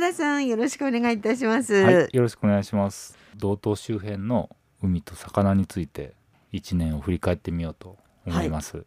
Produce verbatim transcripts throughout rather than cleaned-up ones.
田さん、よろしくお願いいたします。 はい、よろしくお願いします。道東周辺の海と魚についていちねんを振り返ってみようと思います、はい、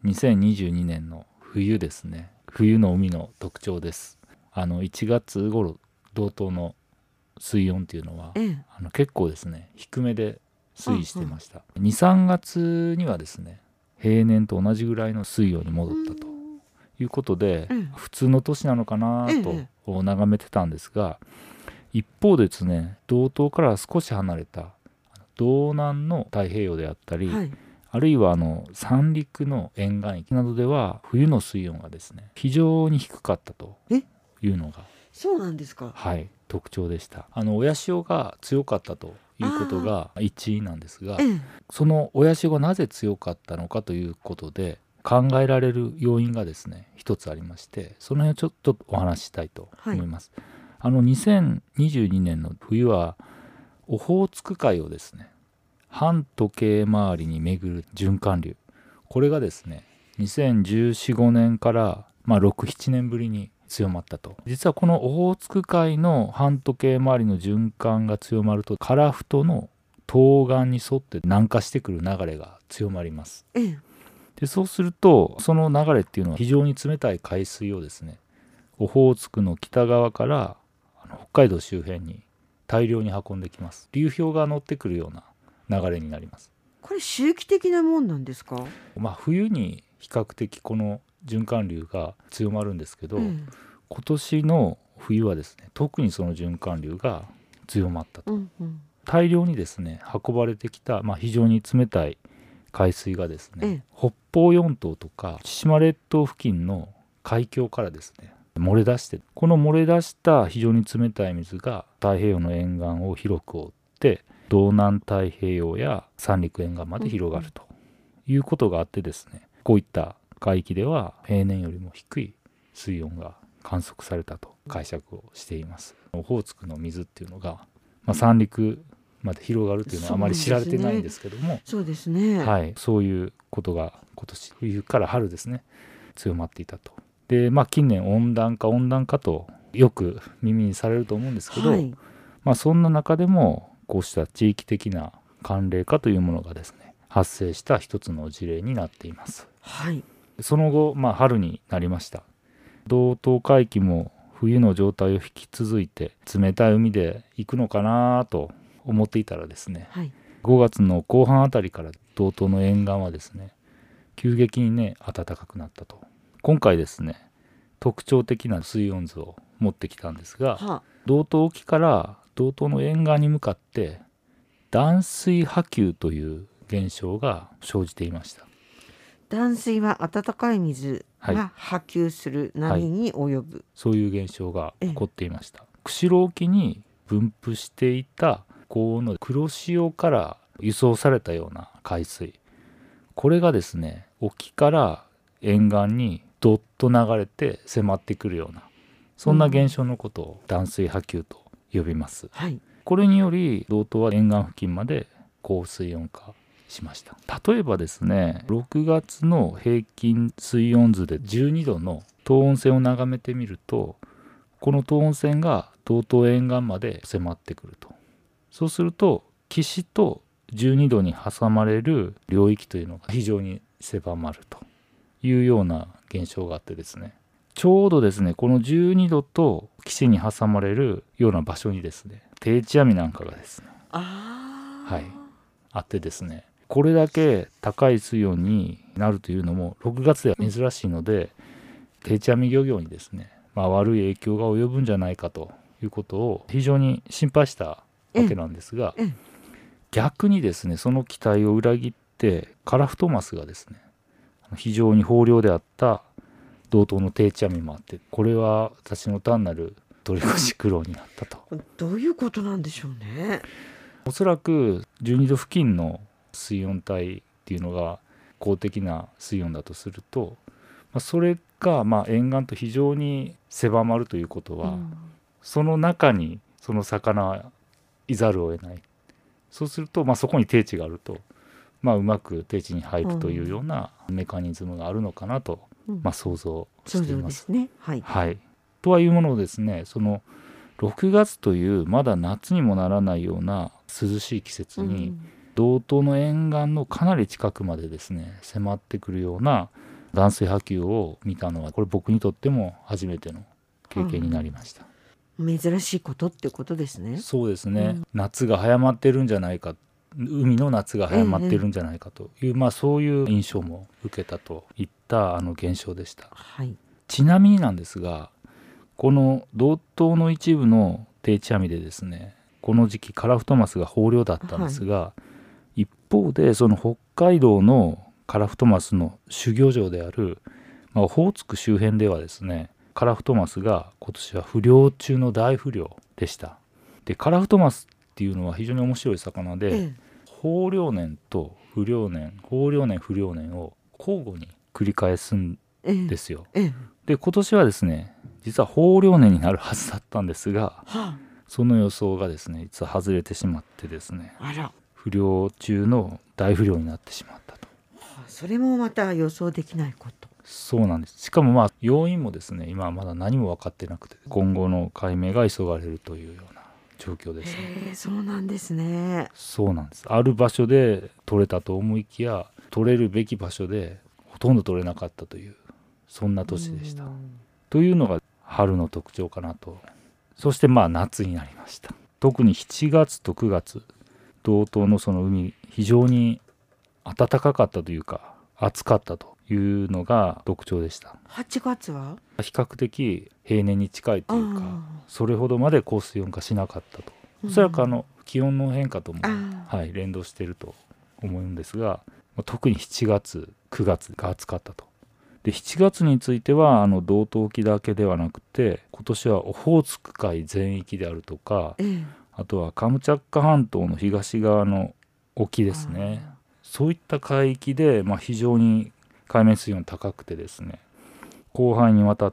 にせんにじゅうにねんの冬ですね。冬の海の特徴です。あのいちがつ頃道東の水温っていうのは、ええ、あの結構ですね低めで推移してました。に、さんがつにはですね平年と同じぐらいの水温に戻ったということで、うん、普通の年なのかなと眺めてたんですが、一方でですね道東から少し離れた道南の太平洋であったり、はい、あるいはあの三陸の沿岸域などでは冬の水温がですね非常に低かったというのがそうなんですか、 はい、特徴でした。あの親潮が強かったということが一因なんですが、ええ、その親潮がなぜ強かったのかということで考えられる要因がですね一つありまして、その辺をちょっとお話ししたいと思います、はい、あのにせんにじゅうにねんの冬はオホーツク海をですね反時計回りに巡る循環流、これがですねにせんじゅうよん、ごねんから、まあ、ろく、ななねんぶりに強まったと。実はこのオホーツク海の反時計回りの循環が強まると樺太の東岸に沿って南下してくる流れが強まります、ええ、でそうするとその流れっていうのは非常に冷たい海水をですねオホーツクの北側からあの北海道周辺に大量に運んできます。流氷が乗ってくるような流れになります。 これ周期的なもんなんですか？ まあ、冬に比較的この循環流が強まるんですけど、うん、今年の冬はですね特にその循環流が強まったと、うんうん、大量にですね運ばれてきた、まあ、非常に冷たい海水がですね、うん、北方四島とか千島列島付近の海峡からですね漏れ出して、この漏れ出した非常に冷たい水が太平洋の沿岸を広く覆って道南太平洋や三陸沿岸まで広がるということがあってですね、こういった海域では平年よりも低い水温が観測されたと解釈をしています。オホーツクの水っていうのが、まあ、三陸まで広がるというのはあまり知られてないんですけども、 そうですね、 はい、そういうことが今年冬から春ですね強まっていたと。で、まあ、近年温暖化温暖化とよく耳にされると思うんですけど、はい、まあ、そんな中でもこうした地域的な寒冷化というものがですね発生した一つの事例になっています、はい、その後、まあ、春になりました。道東海域も冬の状態を引き続いて冷たい海で行くのかなと思っていたらですね、はい、ごがつの後半あたりから道東の沿岸はですね急激にね暖かくなったと。今回ですね特徴的な水温図を持ってきたんですが、はあ、道東沖から道東の沿岸に向かって暖水波及という現象が生じていました。 暖水は暖かい水が波及する波に及ぶ、はい、 そういう現象が起こっていました。釧路沖に分布していた高温の黒潮から輸送されたような海水、これがですね沖から沿岸にどっと流れて迫ってくるような、そんな現象のことを暖水波及と呼びます、はい、これにより道東は沿岸付近まで高水温化しました。例えばですねろくがつの平均水温図でじゅうにどの東温線を眺めてみると、この東温線が道東沿岸まで迫ってくると。そうすると岸とじゅうにどに挟まれる領域というのが非常に狭まるというような現象があってですね、ちょうどですねこのじゅうにどと岸に挟まれるような場所にですね定置網なんかがですねあ,、はい、あってですね、これだけ高い水温になるというのもろくがつでは珍しいので、定置網漁業にですね、まあ、悪い影響が及ぶんじゃないかということを非常に心配したわけなんですが、逆にですねその期待を裏切ってカラフトマスがですね非常に豊漁であった道東の定置網もあって、これは私の単なる取り越し苦労になったと。 どういうことなんでしょうね。 おそらくじゅうにど付近の水温帯っていうのが公的な水温だとすると、まあ、それがまあ沿岸と非常に狭まるということは、うん、その中にその魚はいざるを得ない。そうすると、まあ、そこに定置があると、まあ、うまく定置に入るというようなメカニズムがあるのかなと、うんまあ、想像しています。 そうですね、はいはい、とはいうものをですねそのろくがつというまだ夏にもならないような涼しい季節に、うん、道東の沿岸のかなり近くまでですね迫ってくるような断水波及を見たのは、これ僕にとっても初めての経験になりました。 うん、珍しいことってことですね。 そうですね、うん、夏が早まってるんじゃないか、海の夏が早まってるんじゃないかという、ええ、まあそういう印象も受けたといったあの現象でした。 はい、 ちなみになんですが、この道東の一部の定置網でですね、この時期カラフトマスが豊漁だったんですが、はい、一方でその北海道のカラフトマスの主漁場である、まあ、オホーツク周辺ではですね、カラフトマスが今年は不漁中の大不漁でした。でカラフトマスっていうのは非常に面白い魚で、ええ、豊漁年と不漁年、豊漁年不漁年を交互に繰り返すんですよ。ええええ、で今年はですね、実は豊漁年になるはずだったんですが、はあ、その予想がですね実は外れてしまってですね、 あら、 不漁中の大不漁になってしまったと。 はあ、それもまた予想できないこと。 そうなんです。しかもまあ要因もですね今はまだ何も分かってなくて、今後の解明が急がれるというような状況ですね。 へえ、そうなんですね。 そうなんです。ある場所で取れたと思いきや、取れるべき場所でほとんど取れなかったという、そんな年でした。というのが春の特徴かなと。そしてまあ夏になりました。特にしちがつとくがつ、道東のその海非常に暖かかったというか暑かったというのが特徴でした。 はちがつは比較的平年に近いというか、それほどまで高水温化しなかったと。おそらくあの気温の変化とも、はい、連動していると思うんですが、特にしちがつくがつが暑かったと。でしちがつについてはあの道東沖だけではなくて、今年はオホーツク海全域であるとか、ええ、あとはカムチャッカ半島の東側の沖ですね、そういった海域で、まあ、非常に海面水温高くてですね、広範囲にわたって、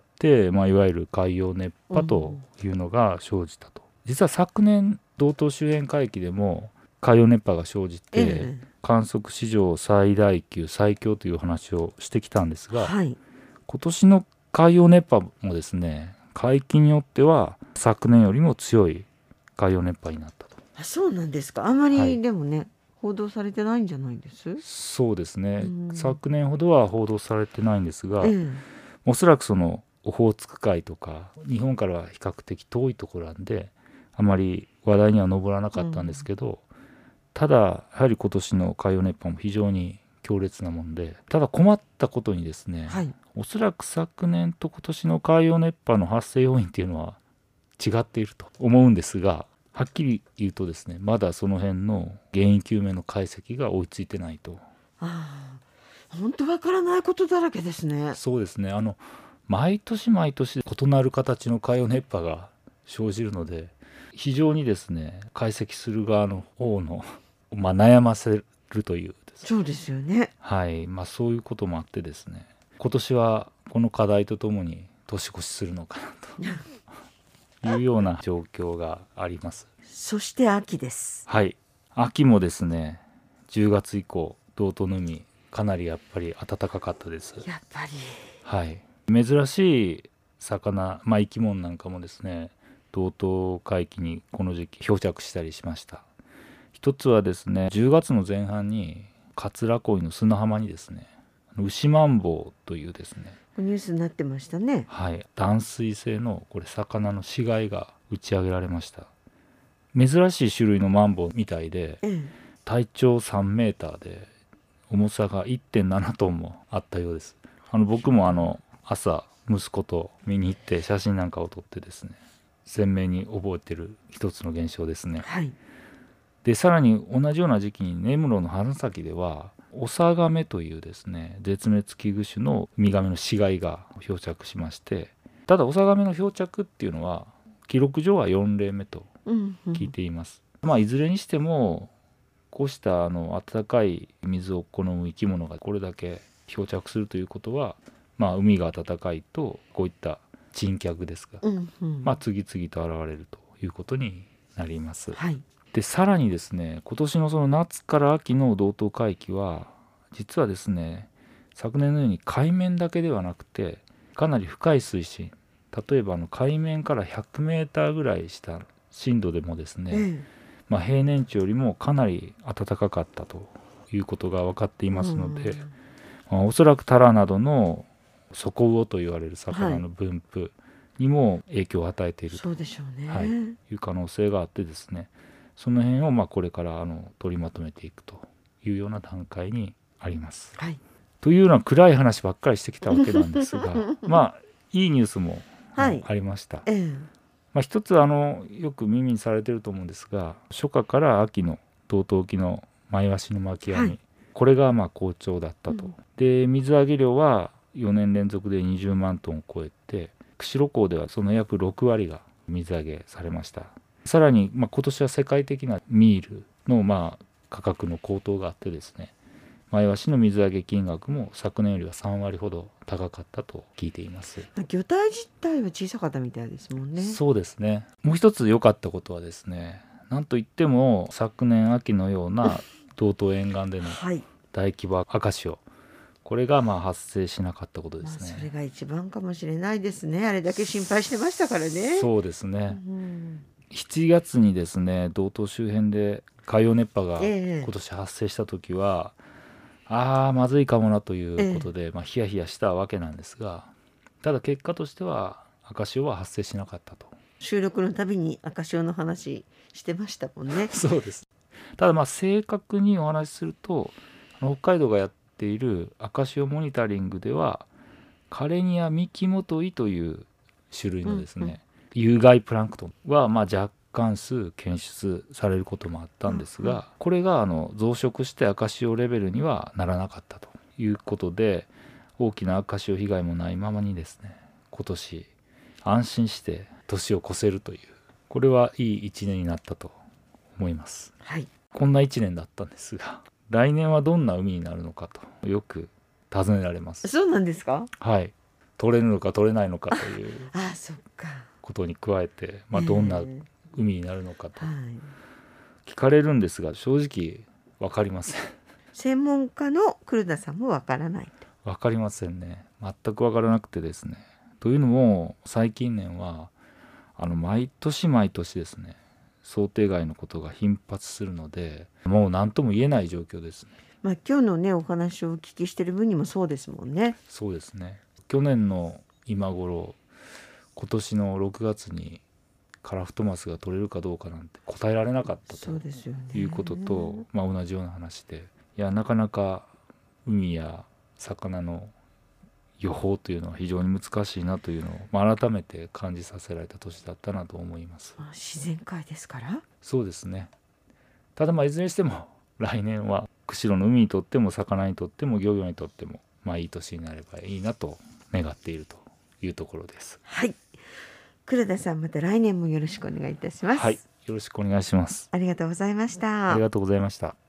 まあ、いわゆる海洋熱波というのが生じたと。うん、実は昨年道東周辺海域でも海洋熱波が生じて、ええ、観測史上最大級最強という話をしてきたんですが、はい、今年の海洋熱波もですね、海域によっては昨年よりも強い海洋熱波になったと。 あ、そうなんですか。あんまりでもね、はい、報道されてないんじゃないです。 そうですね、うん、昨年ほどは報道されてないんですが、ええ、おそらくそのオホーツク海とか日本からは比較的遠いところなんであまり話題には上らなかったんですけど、うん、ただやはり今年の海洋熱波も非常に強烈なもんで、ただ困ったことにですね、はい、おそらく昨年と今年の海洋熱波の発生要因っていうのは違っていると思うんですが、はっきり言うとですね、まだその辺の原因究明の解析が追いついてないと。 ああ、本当わからないことだらけですね。 そうですね、あの毎年毎年異なる形の海洋熱波が生じるので、非常にですね解析する側の方の、まあ、悩ませるというですね、 そうですよね、 はい、まあ、そういうこともあってですね、今年はこの課題とともに年越しするのかなというような状況があります。 そして秋です。 はい、秋もですねじゅうがつ以降道東の海かなりやっぱり暖かかったです。 やっぱり、 はい、珍しい魚、まあ、生き物なんかもですね道東海域にこの時期漂着したりしました。一つはですねじゅうがつの前半に桂恋の砂浜にですねウシマンボウというですねニュースになってましたね、 はい、淡水性のこれ魚の死骸が打ち上げられました。珍しい種類のマンボウみたいで、ええ、体長さんメーターで重さが いってんななトンもあったようです。あの僕もあの朝息子と見に行って写真なんかを撮ってですね鮮明に覚えてる一つの現象ですね、はい、でさらに同じような時期に根室の花咲ではオサガメというですね絶滅危惧種のウミガメの死骸が漂着しまして、ただオサガメの漂着っていうのは記録上はよん例目と聞いています、うんうん、まあいずれにしてもこうしたあの暖かい水を好む生き物がこれだけ漂着するということは、まあ、海が暖かいとこういった珍客ですが、うんうん、まあ、次々と現れるということになります、はい、でさらにですね今年のその夏から秋の道東海域は実はですね昨年のように海面だけではなくてかなり深い水深例えばあの海面からひゃくメーターぐらい下深度でもですね、 ええまあ、平年値よりもかなり暖かかったということが分かっていますので、 うんまあ、おそらくタラなどの底魚と言われる魚の分布にも影響を与えていると、 そうでしょうね、 はい、いう可能性があってですね、その辺をまあこれからあの取りまとめていくというような段階にあります。 はい、 というような暗い話ばっかりしてきたわけなんですがまあいいニュースも、 はい、 ありました。 ええまあ、一つあのよく耳にされていると思うんですが、初夏から秋の道東沖のマイワシの巻き網、はい、これがまあ好調だったと、うん、で水揚げ量はよねん連続でにじゅうまんトンを超えて、釧路港ではその約ろくわりが水揚げされました。さらに、まあ、今年は世界的なミールのまあ価格の高騰があってですね、マイワシの水揚げ金額も昨年よりはさんわりほど高かったと聞いています。 魚体自体は小さかったみたいですもんね。 そうですね。もう一つ良かったことはですね、なんといっても昨年秋のような道東沿岸での大規模赤潮、これがまあ発生しなかったことですね。 まあ、それが一番かもしれないですね。あれだけ心配してましたからね。 そうですね、 うん、 しちがつにですね、道東周辺で海洋熱波が今年発生した時は、ええああまずいかもなということで、ええまあ、ヒヤヒヤしたわけなんですが、ただ結果としては赤潮は発生しなかったと。 収録のたびに赤潮の話してましたもんね。 そうです。ただまあ正確にお話しすると、北海道がやっている赤潮モニタリングではカレニアミキモトイという種類のですね、うんうん、有害プランクトンはまあ若干数検出されることもあったんですが、うんうん、これがあの増殖して赤潮レベルにはならなかったということで、大きな赤潮被害もないままにですね、今年安心して年を越せるという、これはいいいちねんになったと思います。 はい、 こんないちねんだったんですが、来年はどんな海になるのかとよく尋ねられます。 そうなんですか？ はい、取れるのか取れないのかというああそっかことに加えて、まあ、どんな海になるのかと聞かれるんですが、正直分かりません。 専門家の黒田さんも分からない。 分かりませんね。全く分からなくてですね。というのも最近年はあの毎年毎年ですね、想定外のことが頻発するので、もう何とも言えない状況ですね。 まあ、今日のねお話をお聞きしてる分にもそうですもんね。 そうですね。去年の今頃、今年のろくがつにカラフトマスが取れるかどうかなんて答えられなかったということと、まあ、同じような話で、いやなかなか海や魚の予報というのは非常に難しいなというのを、まあ、改めて感じさせられた年だったなと思います。 まあ、自然界ですから。 そうですね。ただまあいずれにしても来年は釧路の海にとっても魚にとっても漁業にとってもまあいい年になればいいなと願っているというところです。 はい、黒田さん、また来年もよろしくお願いいたします。 はい、よろしくお願いします。 ありがとうございました。 ありがとうございました。